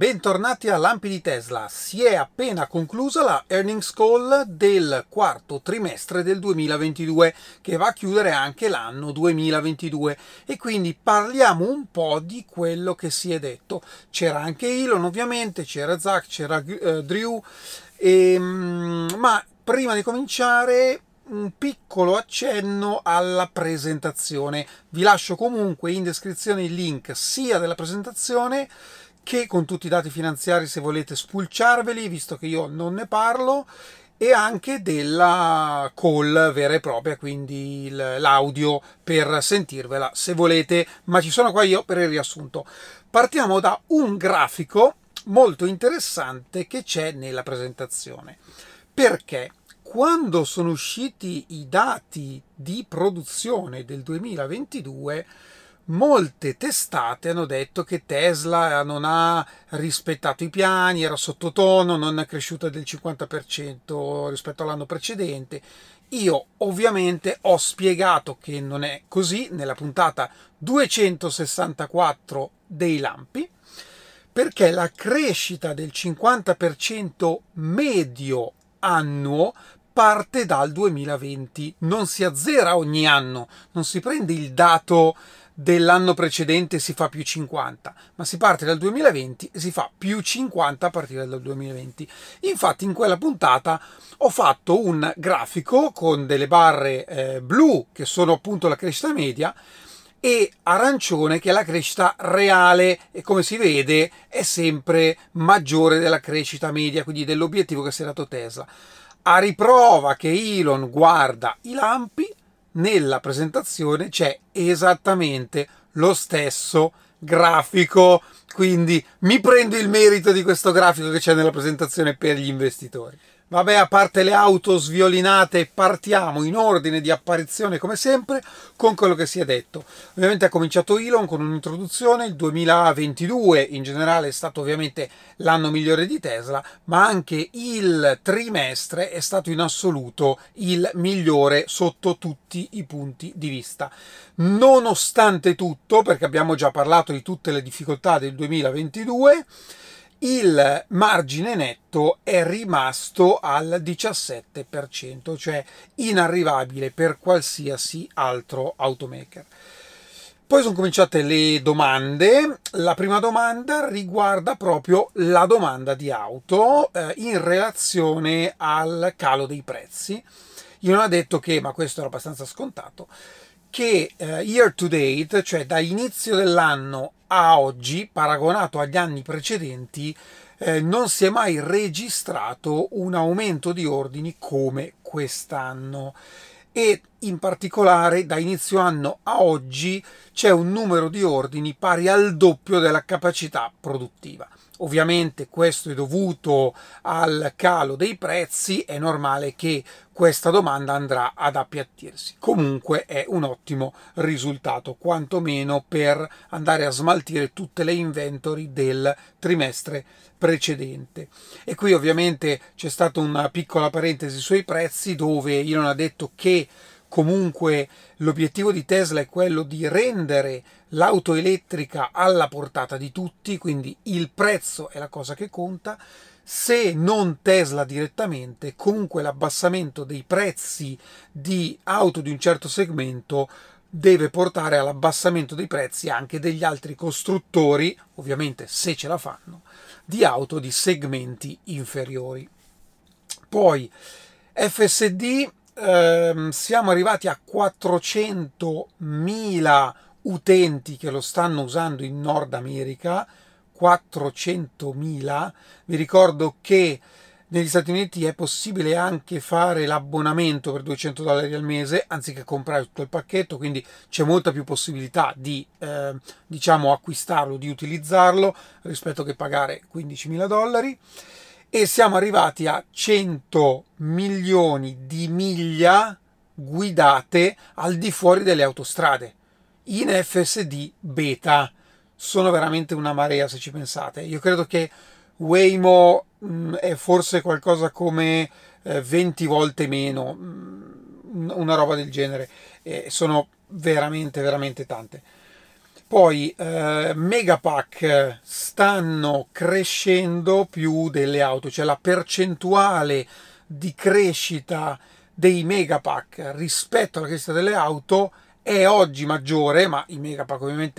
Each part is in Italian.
bentornati a Lampi di Tesla. Si è appena conclusa la earnings call del quarto trimestre del 2022 che va a chiudere anche l'anno 2022 e quindi parliamo un po' di quello che si è detto. C'era anche Elon ovviamente, c'era Zach, c'era Drew, ma prima di cominciare un piccolo accenno alla presentazione. Vi lascio comunque in descrizione il link sia della presentazione che con tutti i dati finanziari se volete spulciarveli, visto che io non ne parlo, e anche della call vera e propria, quindi l'audio per sentirvela se volete, ma ci sono qua io per il riassunto. Partiamo da un grafico molto interessante che c'è nella presentazione. Perché? Quando sono usciti i dati di produzione del 2022, molte testate hanno detto che Tesla non ha rispettato i piani, era sottotono, non è cresciuta del 50% rispetto all'anno precedente. Io ovviamente ho spiegato che non è così nella puntata 264 dei lampi, perché la crescita del 50% medio annuo parte dal 2020, non si azzera ogni anno, non si prende il dato dell'anno precedente e si fa più 50, ma si parte dal 2020 e si fa più 50 a partire dal 2020. Infatti in quella puntata ho fatto un grafico con delle barre blu che sono appunto la crescita media e arancione che è la crescita reale e come si vede è sempre maggiore della crescita media, quindi dell'obiettivo che si è dato Tesla. A riprova che Elon guarda i lampi, nella presentazione c'è esattamente lo stesso grafico, quindi mi prendo il merito di questo grafico che c'è nella presentazione per gli investitori. Vabbè, a parte le auto sviolinate, partiamo in ordine di apparizione come sempre con quello che si è detto. Ovviamente ha cominciato Elon con un'introduzione, il 2022 in generale è stato ovviamente l'anno migliore di Tesla, ma anche il trimestre è stato in assoluto il migliore sotto tutti i punti di vista. Nonostante tutto, perché abbiamo già parlato di tutte le difficoltà del 2022, il margine netto è rimasto al 17%, cioè inarrivabile per qualsiasi altro automaker. Poi sono cominciate le domande. La prima domanda riguarda proprio la domanda di auto in relazione al calo dei prezzi. Io non ho detto che, ma questo era abbastanza scontato, che year to date, cioè da inizio dell'anno a oggi, paragonato agli anni precedenti, non si è mai registrato un aumento di ordini come quest'anno. E in particolare da inizio anno a oggi c'è un numero di ordini pari al doppio della capacità produttiva. Ovviamente questo è dovuto al calo dei prezzi, è normale che questa domanda andrà ad appiattirsi. Comunque è un ottimo risultato, quantomeno per andare a smaltire tutte le inventory del trimestre precedente. E qui ovviamente c'è stata una piccola parentesi sui prezzi dove Elon ha detto che comunque l'obiettivo di Tesla è quello di rendere l'auto elettrica alla portata di tutti, quindi il prezzo è la cosa che conta. Se non Tesla direttamente, comunque l'abbassamento dei prezzi di auto di un certo segmento deve portare all'abbassamento dei prezzi anche degli altri costruttori, ovviamente se ce la fanno, di auto di segmenti inferiori. Poi FSD, siamo arrivati a 400.000 utenti che lo stanno usando in Nord America, 400.000. Vi ricordo che negli Stati Uniti è possibile anche fare l'abbonamento per $200 al mese anziché comprare tutto il pacchetto, quindi c'è molta più possibilità di acquistarlo, di utilizzarlo rispetto che pagare $15.000. E siamo arrivati a 100 milioni di miglia guidate al di fuori delle autostrade in FSD beta. Sono veramente una marea se ci pensate. Io credo che Waymo è forse qualcosa come 20 volte meno, una roba del genere. Sono veramente veramente tante. Poi Megapack stanno crescendo più delle auto, cioè la percentuale di crescita dei Megapack rispetto alla crescita delle auto è oggi maggiore, ma i Megapack ovviamente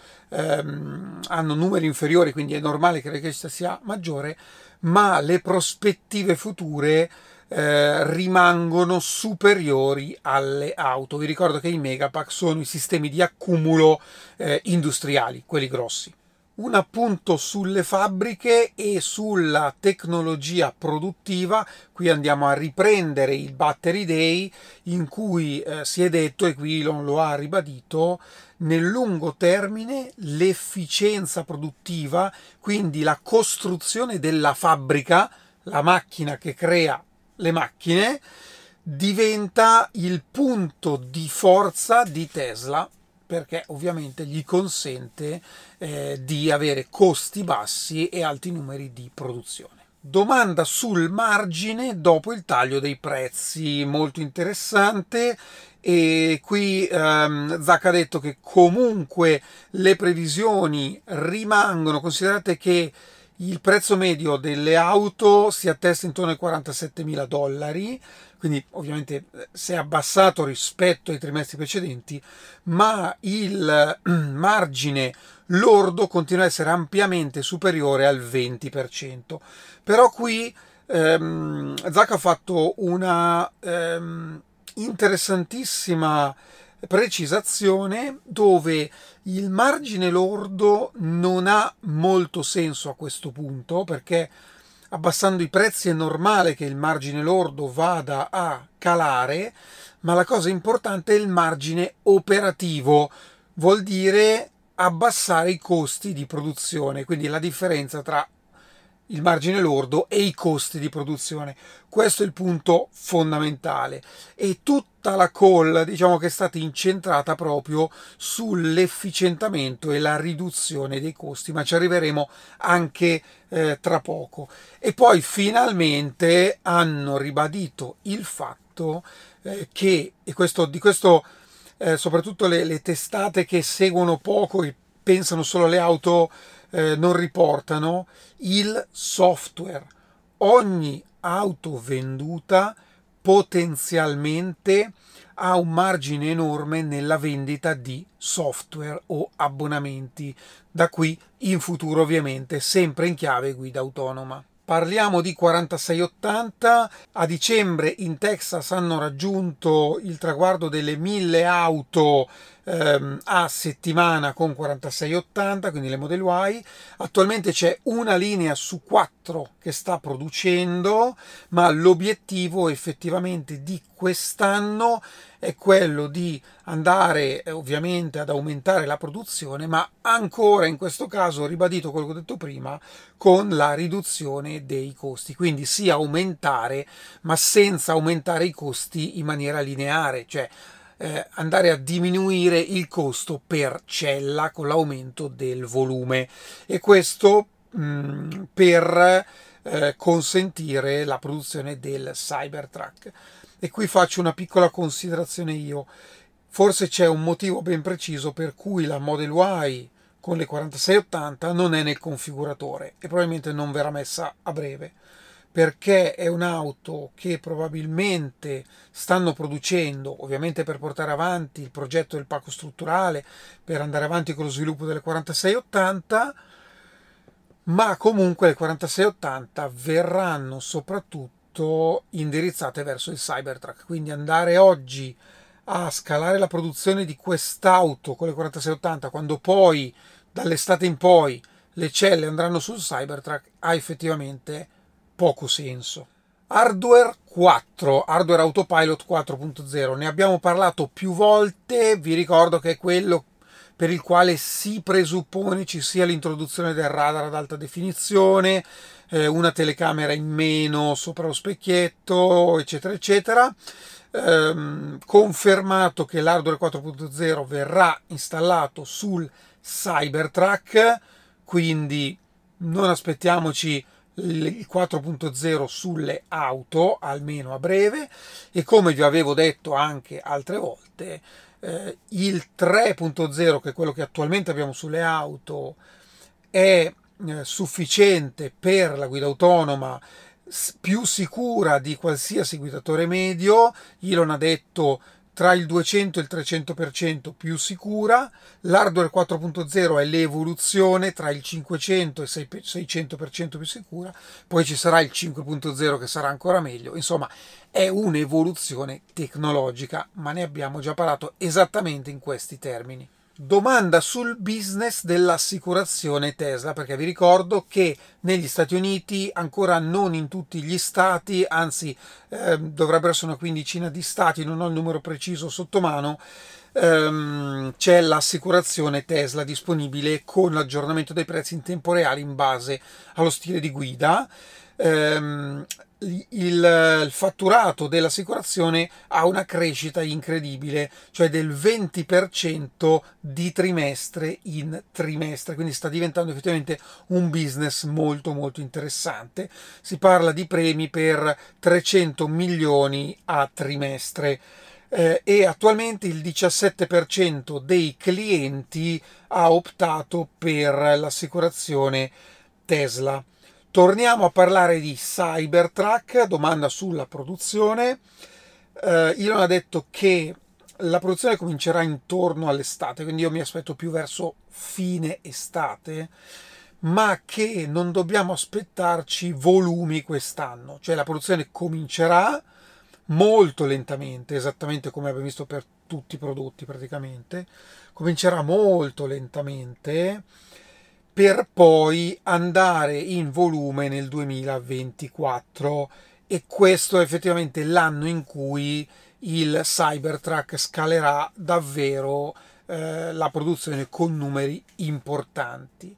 hanno numeri inferiori, quindi è normale che la crescita sia maggiore, ma le prospettive future rimangono superiori alle auto. Vi ricordo che i Megapack sono i sistemi di accumulo industriali, quelli grossi. Un appunto sulle fabbriche e sulla tecnologia produttiva. Qui andiamo a riprendere il Battery Day in cui si è detto, e qui lo ha ribadito, nel lungo termine l'efficienza produttiva, quindi la costruzione della fabbrica, la macchina che crea le macchine, diventa il punto di forza di Tesla, perché ovviamente gli consente di avere costi bassi e alti numeri di produzione. Domanda sul margine dopo il taglio dei prezzi, molto interessante. E qui Zach ha detto che comunque le previsioni rimangono, considerate che il prezzo medio delle auto si attesta intorno ai $47.000, quindi ovviamente si è abbassato rispetto ai trimestri precedenti, ma il margine lordo continua a essere ampiamente superiore al 20%. Però qui Zach ha fatto una interessantissima precisazione dove il margine lordo non ha molto senso a questo punto, perché abbassando i prezzi è normale che il margine lordo vada a calare, ma la cosa importante è il margine operativo, vuol dire abbassare i costi di produzione, quindi la differenza tra il margine lordo e i costi di produzione. Questo è il punto fondamentale, e tutta la call, diciamo, che è stata incentrata proprio sull'efficientamento e la riduzione dei costi, ma ci arriveremo anche tra poco. E poi finalmente hanno ribadito il fatto che, e di questo soprattutto le testate che seguono poco e pensano solo alle auto non riportano il software. Ogni auto venduta potenzialmente ha un margine enorme nella vendita di software o abbonamenti, da qui in futuro ovviamente sempre in chiave guida autonoma. Parliamo di 4680. A dicembre in Texas hanno raggiunto il traguardo delle 1000 auto a settimana con 4680, quindi le Model Y. Attualmente c'è una linea su 4 che sta producendo, ma l'obiettivo effettivamente di quest'anno è quello di andare ovviamente ad aumentare la produzione, ma ancora in questo caso, ribadito quello che ho detto prima, con la riduzione dei costi. Quindi sì, aumentare, ma senza aumentare i costi in maniera lineare, cioè andare a diminuire il costo per cella con l'aumento del volume, e questo per consentire la produzione del Cybertruck. E qui faccio una piccola considerazione io. Forse c'è un motivo ben preciso per cui la Model Y con le 4680 non è nel configuratore e probabilmente non verrà messa a breve, perché è un'auto che probabilmente stanno producendo ovviamente per portare avanti il progetto del pacco strutturale, per andare avanti con lo sviluppo delle 4680, ma comunque le 4680 verranno soprattutto indirizzate verso il Cybertruck, quindi andare oggi a scalare la produzione di quest'auto con le 4680 quando poi dall'estate in poi le celle andranno sul Cybertruck ha effettivamente poco senso. Hardware 4, Hardware Autopilot 4.0, ne abbiamo parlato più volte, vi ricordo che è quello per il quale si presuppone ci sia l'introduzione del radar ad alta definizione, una telecamera in meno sopra lo specchietto, eccetera, eccetera. Confermato che l'hardware 4.0 verrà installato sul Cybertruck, quindi non aspettiamoci il 4.0 sulle auto, almeno a breve, e come vi avevo detto anche altre volte, il 3.0, che è quello che attualmente abbiamo sulle auto, è sufficiente per la guida autonoma, più sicura di qualsiasi guidatore medio. Elon ha detto tra il 200 e il 300% più sicura. L'hardware 4.0 è l'evoluzione tra il 500 e il 600% più sicura. Poi ci sarà il 5.0 che sarà ancora meglio. Insomma, è un'evoluzione tecnologica, ma ne abbiamo già parlato esattamente in questi termini. Domanda sul business dell'assicurazione Tesla, perché vi ricordo che negli Stati Uniti, ancora non in tutti gli stati, anzi dovrebbero essere una quindicina di stati, non ho il numero preciso sotto mano, c'è l'assicurazione Tesla disponibile con l'aggiornamento dei prezzi in tempo reale in base allo stile di guida. Il fatturato dell'assicurazione ha una crescita incredibile, cioè del 20% di trimestre in trimestre, quindi sta diventando effettivamente un business molto molto interessante. Si parla di premi per 300 milioni a trimestre. E attualmente il 17% dei clienti ha optato per l'assicurazione Tesla. Torniamo a parlare di Cybertruck, domanda sulla produzione. Elon ha detto che la produzione comincerà intorno all'estate, quindi io mi aspetto più verso fine estate, ma che non dobbiamo aspettarci volumi quest'anno, cioè la produzione comincerà molto lentamente, esattamente come abbiamo visto per tutti i prodotti praticamente, comincerà molto lentamente per poi andare in volume nel 2024, e questo è effettivamente l'anno in cui il Cybertruck scalerà davvero la produzione con numeri importanti.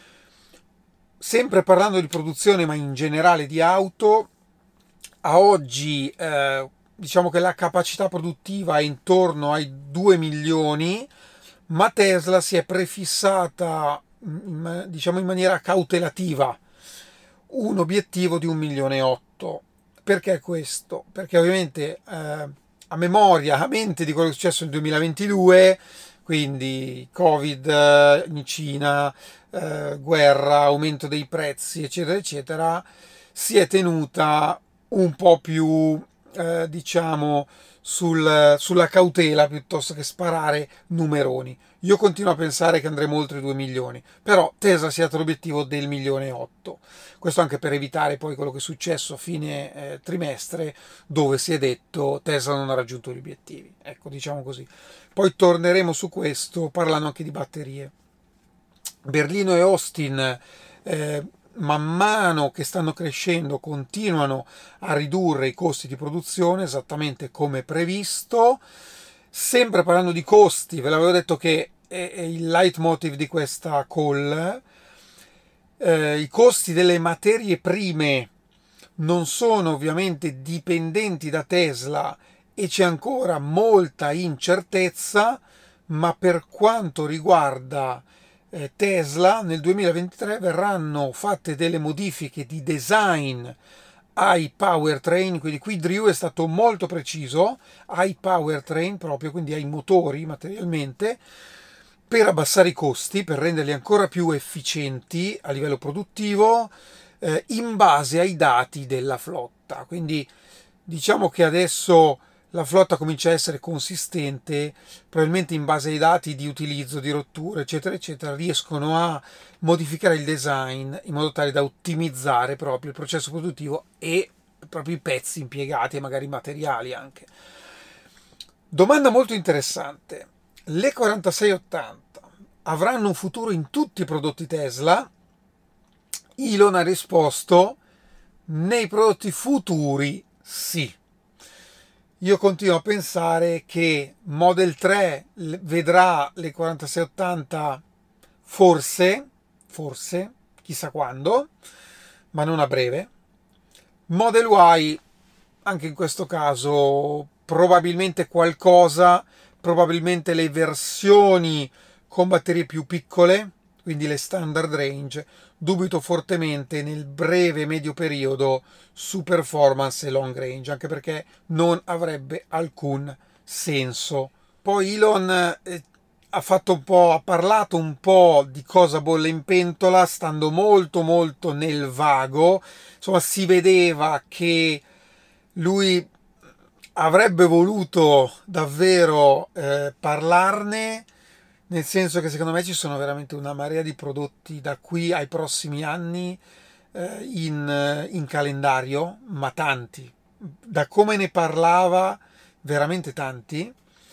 Sempre parlando di produzione, ma in generale di auto, a oggi diciamo che la capacità produttiva è intorno ai 2 milioni, ma Tesla si è prefissata, diciamo in maniera cautelativa, un obiettivo di 1,8 milioni. Perché questo? Perché ovviamente a memoria, a mente di quello che è successo nel 2022, quindi Covid in Cina, guerra, aumento dei prezzi, eccetera, eccetera, si è tenuta un po' più, diciamo, sulla cautela piuttosto che sparare numeroni. Io continuo a pensare che andremo oltre i 2 milioni, però Tesla si è dato l'obiettivo del 1,8 milioni. Questo anche per evitare poi quello che è successo a fine trimestre, dove si è detto Tesla non ha raggiunto gli obiettivi. Ecco, diciamo così. Poi torneremo su questo parlando anche di batterie. Berlino e Austin, man mano che stanno crescendo, continuano a ridurre i costi di produzione esattamente come previsto. Sempre parlando di costi, ve l'avevo detto che è il leitmotiv di questa call. I costi delle materie prime non sono ovviamente dipendenti da Tesla e c'è ancora molta incertezza, ma per quanto riguarda Tesla, nel 2023 verranno fatte delle modifiche di design ai powertrain, quindi qui Drew è stato molto preciso, ai powertrain proprio, quindi ai motori materialmente, per abbassare i costi, per renderli ancora più efficienti a livello produttivo, in base ai dati della flotta. Quindi diciamo che adesso la flotta comincia a essere consistente, probabilmente in base ai dati di utilizzo, di rotture, eccetera, eccetera, riescono a modificare il design in modo tale da ottimizzare proprio il processo produttivo e proprio i pezzi impiegati e magari i materiali anche. Domanda molto interessante. Le 4680 avranno un futuro in tutti i prodotti Tesla? Elon ha risposto: nei prodotti futuri sì. Io continuo a pensare che Model 3 vedrà le 4680 forse, chissà quando, ma non a breve. Model Y, anche in questo caso, probabilmente qualcosa, probabilmente le versioni con batterie più piccole, quindi le standard range. Dubito fortemente nel breve e medio periodo su performance e long range, anche perché non avrebbe alcun senso Poi Elon ha parlato un po' di cosa bolle in pentola, stando molto molto nel vago. Insomma, si vedeva che lui avrebbe voluto davvero parlarne, nel senso che secondo me ci sono veramente una marea di prodotti da qui ai prossimi anni in calendario, ma tanti. Da come ne parlava, veramente tanti,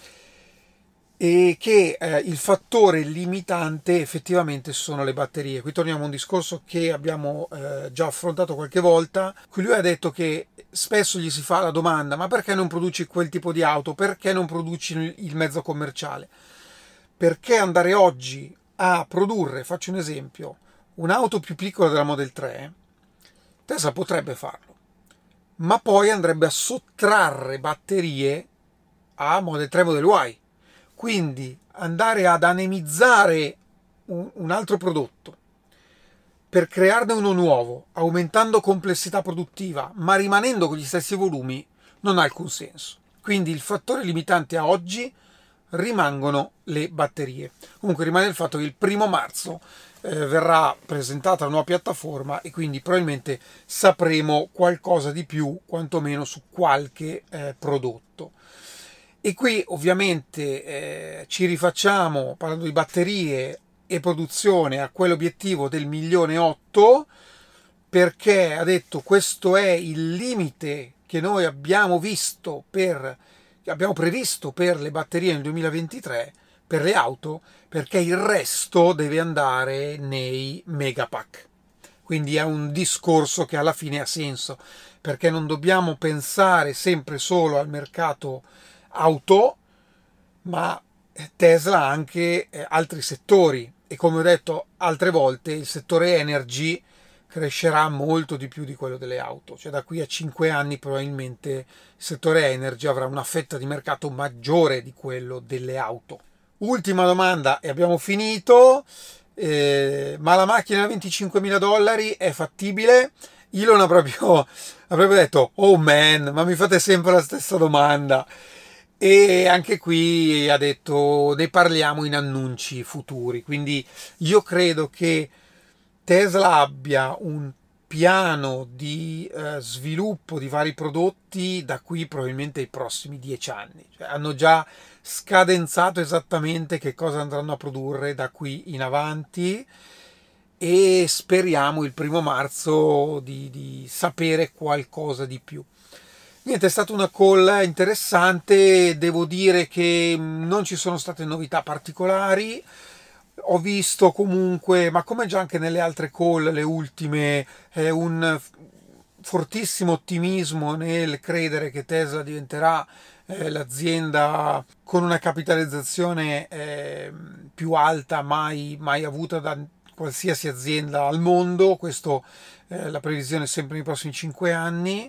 e che il fattore limitante effettivamente sono le batterie. Qui torniamo a un discorso che abbiamo già affrontato qualche volta. Qui lui ha detto che spesso gli si fa la domanda: ma perché non produci quel tipo di auto? Perché non produci il mezzo commerciale? Perché andare oggi a produrre, faccio un esempio, un'auto più piccola della Model 3, Tesla potrebbe farlo, ma poi andrebbe a sottrarre batterie a Model 3 Model Y. Quindi andare ad anemizzare un altro prodotto per crearne uno nuovo, aumentando complessità produttiva, ma rimanendo con gli stessi volumi, non ha alcun senso. Quindi il fattore limitante a oggi rimangono le batterie. Comunque rimane il fatto che il 1° marzo verrà presentata la nuova piattaforma e quindi probabilmente sapremo qualcosa di più, quantomeno su qualche prodotto. E qui ovviamente ci rifacciamo, parlando di batterie e produzione, a quell'obiettivo del 1.800.000, perché ha detto questo è il limite che noi abbiamo previsto per le batterie nel 2023, per le auto, perché il resto deve andare nei megapack. Quindi è un discorso che alla fine ha senso, perché non dobbiamo pensare sempre solo al mercato auto, ma Tesla ha anche altri settori, e come ho detto altre volte il settore energy crescerà molto di più di quello delle auto, cioè da qui a 5 anni probabilmente il settore energy avrà una fetta di mercato maggiore di quello delle auto. Ultima domanda e abbiamo finito. Ma la macchina a $25.000 è fattibile? Elon avrebbe detto: oh man, ma mi fate sempre la stessa domanda. E anche qui ha detto: ne parliamo in annunci futuri. Quindi io credo che Tesla abbia un piano di sviluppo di vari prodotti da qui probabilmente ai prossimi 10 anni. Cioè, hanno già scadenzato esattamente che cosa andranno a produrre da qui in avanti e speriamo il 1° marzo di sapere qualcosa di più. Niente, è stata una call interessante, devo dire che non ci sono state novità particolari. Ho visto comunque, ma come già anche nelle altre call, le ultime, un fortissimo ottimismo nel credere che Tesla diventerà l'azienda con una capitalizzazione più alta mai avuta da qualsiasi azienda al mondo. Questo la previsione è sempre nei prossimi 5 anni.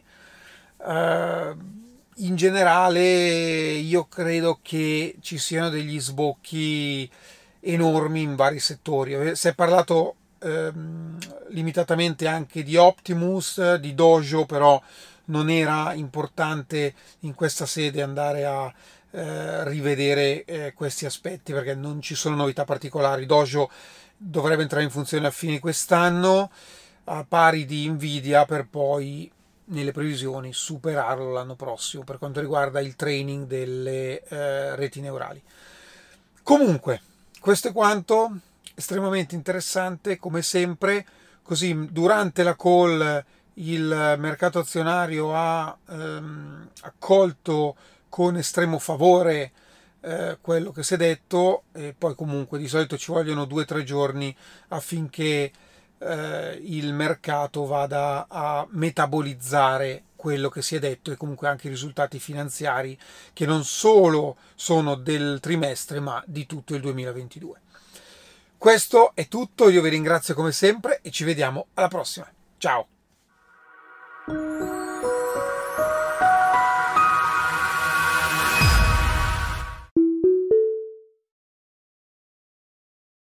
In generale io credo che ci siano degli sbocchi enormi in vari settori. Si è parlato limitatamente anche di Optimus, di Dojo, però non era importante in questa sede andare a rivedere questi aspetti perché non ci sono novità particolari. Dojo dovrebbe entrare in funzione a fine quest'anno, a pari di Nvidia, per poi nelle previsioni superarlo l'anno prossimo per quanto riguarda il training delle reti neurali. Comunque, questo è quanto, estremamente interessante come sempre. Così durante la call il mercato azionario ha accolto con estremo favore quello che si è detto, e poi comunque di solito ci vogliono 2 o 3 giorni affinché il mercato vada a metabolizzare quello che si è detto e comunque anche i risultati finanziari che non solo sono del trimestre ma di tutto il 2022. Questo è tutto, io vi ringrazio come sempre e ci vediamo alla prossima. Ciao!